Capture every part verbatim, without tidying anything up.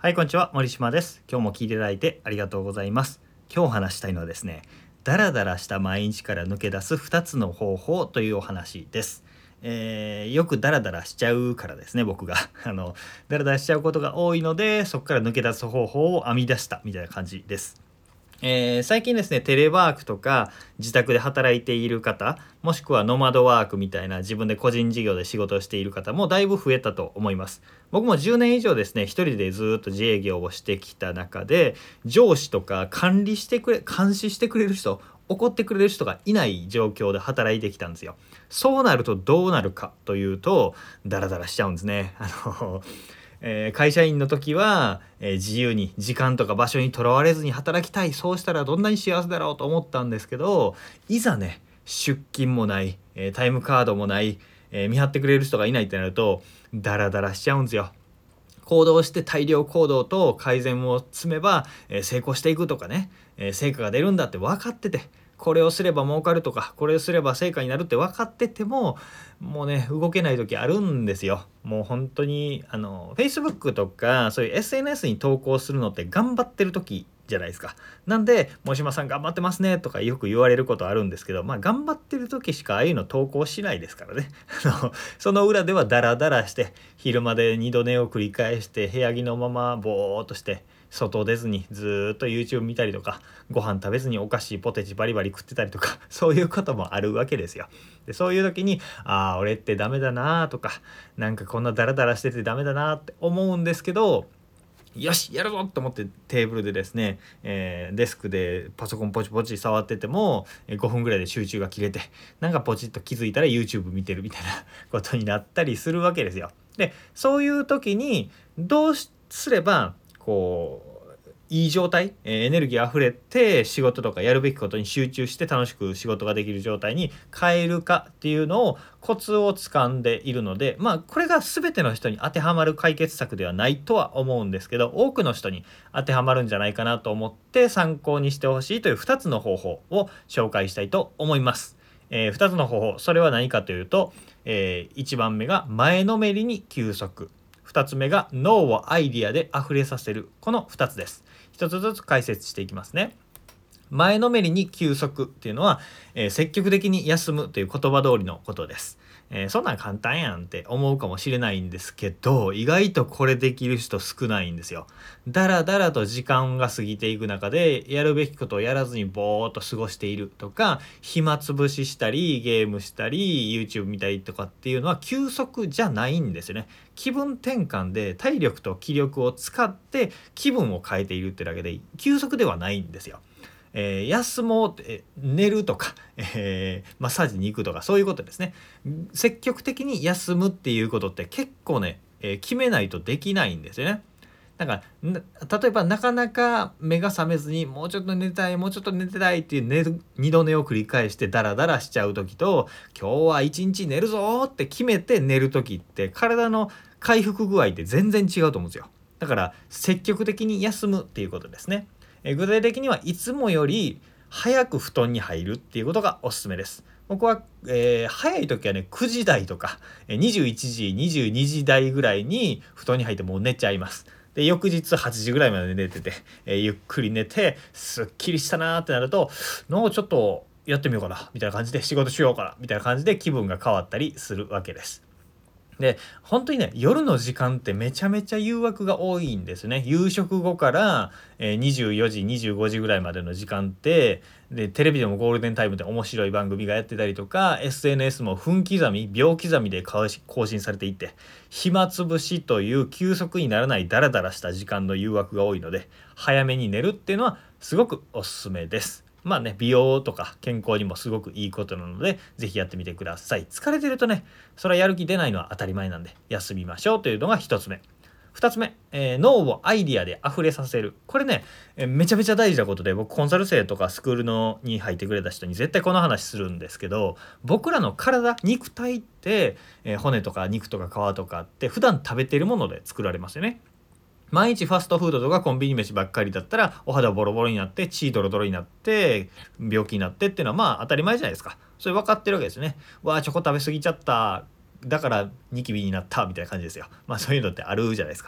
はい、こんにちは。森島です。今日も聞いていただいてありがとうございます。今日話したいのはですね、ダラダラした毎日から抜け出すふたつの方法というお話です。えーよくダラダラしちゃうからですね、僕があのダラダラしちゃうことが多いので、そこから抜け出す方法を編み出したみたいな感じです。えー最近ですね、テレワークとか自宅で働いている方、もしくはノマドワークみたいな自分で個人事業で仕事をしている方もだいぶ増えたと思います。僕もじゅうねん以上ですね、一人でずっと自営業をしてきた中で、上司とか管理してくれ、監視してくれる人、怒ってくれる人がいない状況で働いてきたんですよ。そうなるとどうなるかというと、ダラダラしちゃうんですね。あのえー会社員の時は、えー自由に時間とか場所にとらわれずに働きたい、そうしたらどんなに幸せだろうと思ったんですけど、いざね、出勤もない、えータイムカードもない、えー見張ってくれる人がいないってなるとダラダラしちゃうんですよ。行動して大量行動と改善を積めば、えー成功していくとかね、えー成果が出るんだって分かってて、これをすれば儲かるとか、これをすれば成果になるって分かってても、もうね、動けない時あるんですよ。もう本当にあの Facebook とかそういう エスエヌエス に投稿するのって頑張ってる時じゃないですか。なんで「森島さん頑張ってますね」とかよく言われることあるんですけど、まあ頑張ってる時しかああいうの投稿しないですからね。あのその裏ではダラダラして昼まで二度寝を繰り返して部屋着のままぼーっとして外出ずにずーっと YouTube 見たりとか、ご飯食べずにお菓子ポテチバリバリ食ってたりとか、そういうこともあるわけですよ。でそういう時にああ俺ってダメだなとか、なんかこんなダラダラしててダメだなって思うんですけど、よしやるぞと思ってテーブルでですね、えーデスクでパソコンポチポチ触っててもえーごふんぐらいで集中が切れて、なんかポチッと気づいたら YouTube 見てるみたいなことになったりするわけですよ。でそういう時にどうすればこういい状態、えーエネルギーあふれて仕事とかやるべきことに集中して楽しく仕事ができる状態に変えるかっていうのをコツをつかんでいるので、まあこれが全ての人に当てはまる解決策ではないとは思うんですけど、多くの人に当てはまるんじゃないかなと思って参考にしてほしいというふたつの方法を紹介したいと思います。えー、ふたつの方法、それは何かというと、えーいちばんめが前のめりに休息、ふたつめが脳をアイディアで溢れさせる、このふたつです。ひとつずつ解説していきますね。前のめりに休息っていうのは、えー積極的に休むという言葉通りのことです。えーそんなん簡単やんって思うかもしれないんですけど、意外とこれできる人少ないんですよ。だらだらと時間が過ぎていく中で、やるべきことをやらずにぼーっと過ごしているとか、暇つぶししたりゲームしたり YouTube 見たりとかっていうのは休息じゃないんですよね。気分転換で体力と気力を使って気分を変えているってだけで休息ではないんですよ。えー休もうって、寝るとか、えーマッサージに行くとか、そういうことですね。積極的に休むっていうことって結構ね、えー決めないとできないんですよね。だからな例えばなかなか目が覚めずにもうちょっと寝たいもうちょっと寝てたいっていう寝る二度寝を繰り返してダラダラしちゃう時と、今日は一日寝るぞーって決めて寝る時って体の回復具合って全然違うと思うんですよ。だから積極的に休むっていうことですね。え具体的にはいつもより早く布団に入るっていうことがおすすめです。僕は、えー早い時はねくじ台とかえーにじゅういちじにじゅうにじ台ぐらいに布団に入ってもう寝ちゃいます。で翌日はちじぐらいまで寝てて、えーゆっくり寝てすっきりしたなーってなると、なんかちょっとやってみようかなみたいな感じで仕事しようかなみたいな感じで気分が変わったりするわけです。で本当にね、夜の時間ってめちゃめちゃ誘惑が多いんですね。夕食後から、えーにじゅうよじにじゅうごじぐらいまでの時間って、でテレビでもゴールデンタイムで面白い番組がやってたりとか、 エスエヌエス も分刻み秒刻みで更新更新されていて、暇つぶしという休息にならないダラダラした時間の誘惑が多いので、早めに寝るっていうのはすごくおすすめです。まあね、美容とか健康にもすごくいいことなので、ぜひやってみてください。疲れてるとね、それはやる気出ないのは当たり前なんで、休みましょうというのがひとつめ。ふたつめ、えー脳をアイディアで溢れさせる。これね、えーめちゃめちゃ大事なことで、僕コンサル生とかスクールのに入ってくれた人に絶対この話するんですけど、僕らの体、肉体って、えー骨とか肉とか皮とかって普段食べているもので作られますよね。毎日ファストフードとかコンビニ飯ばっかりだったらお肌ボロボロになって血ドロドロになって病気になってっていうのはまあ当たり前じゃないですか。それ分かってるわけですね。わあチョコ食べ過ぎちゃった、だからニキビになったみたいな感じですよ。まあそういうのってあるじゃないですか。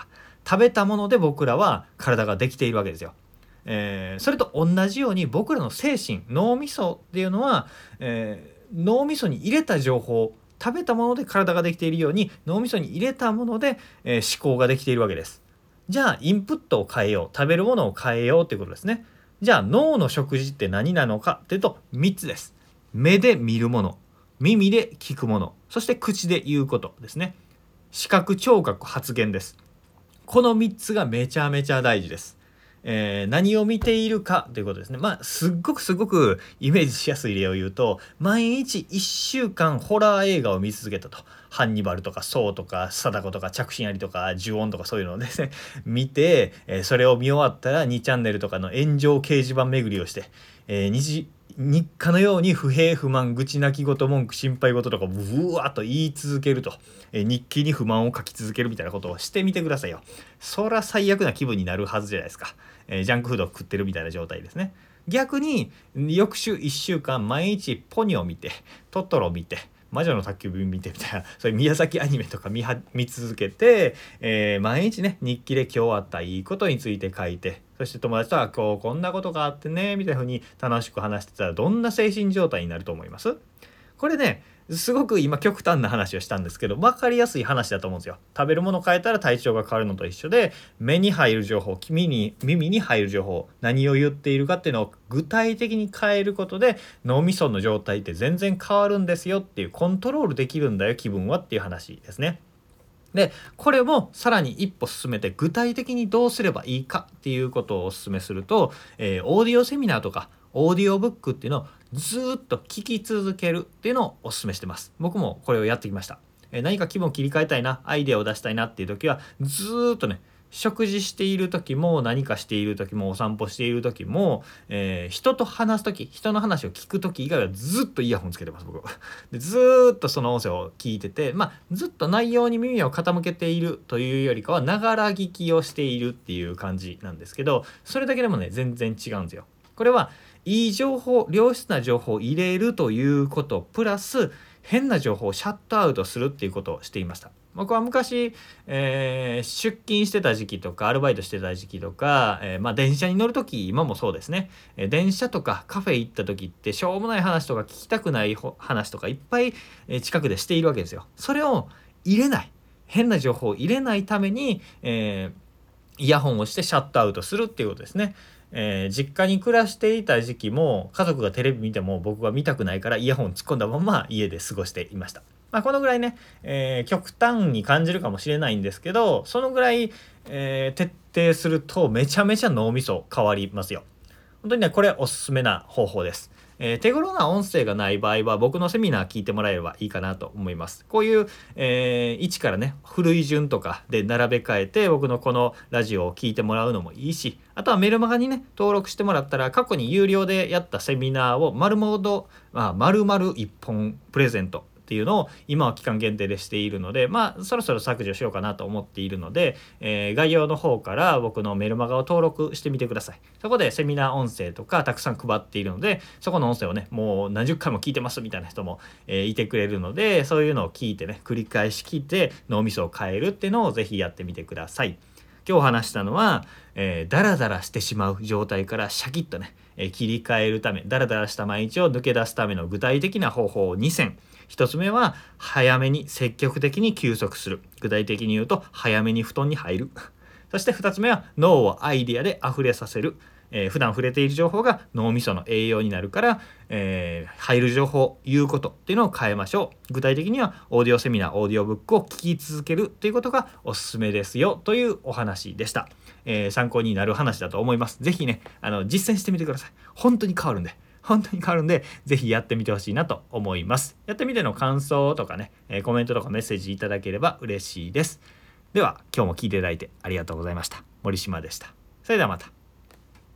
食べたもので僕らは体ができているわけですよ。えーそれと同じように僕らの精神脳みそっていうのは、えー脳みそに入れた情報、食べたもので体ができているように脳みそに入れたもので、えー思考ができているわけです。じゃあインプットを変えよう、食べるものを変えようということですね。じゃあ脳の食事って何なのかっていうとみっつです。目で見るもの、耳で聞くもの、そして口で言うことですね。視覚聴覚発言です。このみっつがめちゃめちゃ大事です。えー何を見ているかということですね。まあすっごくすごくイメージしやすい例を言うと、毎日いっしゅうかんホラー映画を見続けたと。ハンニバルとかソウとか貞子とか着信ありとか呪音とかそういうのをですね見て、えーそれを見終わったらにチャンネルとかの炎上掲示板巡りをして、えー日日課のように不平不満愚痴泣き言文句心配事とかうわーっと言い続けると、えー日記に不満を書き続けるみたいなことをしてみてくださいよ。そら最悪な気分になるはずじゃないですか。えージャンクフードを食ってるみたいな状態ですね。逆に翌週いっしゅうかん毎日ポニョを見てトトロを見て魔女の宅急便見てみたいな、そういう宮崎アニメとか見は見続けて、えー毎日ね日記で今日あったいいことについて書いて、そして友達とは今日こんなことがあってねみたいな風に楽しく話してたらどんな精神状態になると思います？これねすごく今極端な話をしたんですけど分かりやすい話だと思うんですよ。食べるものを変えたら体調が変わるのと一緒で、目に入る情報、耳に耳に入る情報、何を言っているかっていうのを具体的に変えることで脳みその状態って全然変わるんですよっていう、コントロールできるんだよ気分はっていう話ですね。でこれもさらに一歩進めて具体的にどうすればいいかっていうことをお勧めすると、えーオーディオセミナーとかオーディオブックっていうのをずーっと聞き続けるっていうのをお勧めしてます。僕もこれをやってきました。えー何か気分を切り替えたいな、アイデアを出したいなっていう時はずーっとね、食事している時も何かしている時もお散歩している時も、えー人と話す時、人の話を聞く時以外はずっとイヤホンつけてます僕。でずーっとその音声を聞いてて、まあずっと内容に耳を傾けているというよりかはながら聞きをしているっていう感じなんですけど、それだけでもね全然違うんですよ。これはいい情報、良質な情報を入れるということプラス変な情報をシャットアウトするっていうことをしていました。僕は昔、えー出勤してた時期とかアルバイトしてた時期とか、えーまあ電車に乗る時、今もそうですね、えー電車とかカフェ行った時ってしょうもない話とか聞きたくないほ話とかいっぱい、えー近くでしているわけですよ。それを入れない、変な情報を入れないために、えーイヤホンをしてシャットアウトするっていうことですね。えー実家に暮らしていた時期も家族がテレビ見ても僕は見たくないからイヤホン突っ込んだまま家で過ごしていました。まあこのぐらいね、えー極端に感じるかもしれないんですけど、そのぐらい、えー徹底するとめちゃめちゃ脳みそ変わりますよ。本当にねこれおすすめな方法です。えー手頃な音声がない場合は僕のセミナー聞いてもらえればいいかなと思います。こういう、えー、一からね古い順とかで並べ替えて僕のこのラジオを聞いてもらうのもいいし、あとはメルマガにね登録してもらったら過去に有料でやったセミナーを丸々、まあ、丸々いっぽんプレゼントっていうのを今は期間限定でしているので、まあそろそろ削除しようかなと思っているので、えー概要の方から僕のメルマガを登録してみてください。そこでセミナー音声とかたくさん配っているので、そこの音声をねもう何十回も聞いてますみたいな人も、えーいてくれるので、そういうのを聞いてね繰り返し聞いて脳みそを変えるっていうのをぜひやってみてください。今日話したのは、えー、ダラダラしてしまう状態からシャキッとね、えー切り替えるため、ダラダラした毎日を抜け出すための具体的な方法にせん。一つ目は早めに積極的に休息する。具体的に言うと早めに布団に入る。そして二つ目は脳をアイデアで溢れさせる。えー普段触れている情報が脳みその栄養になるから、えー入る情報、言うことっていうのを変えましょう。具体的にはオーディオセミナー、オーディオブックを聞き続けるということがおすすめですよというお話でした。えー参考になる話だと思います。ぜひね、あの実践してみてください。本当に変わるんで。本当に変わるんで、ぜひやってみてほしいなと思います。やってみての感想とかね、えーコメントとかメッセージいただければ嬉しいです。では、今日も聞いていただいてありがとうございました。森島でした。それではまた。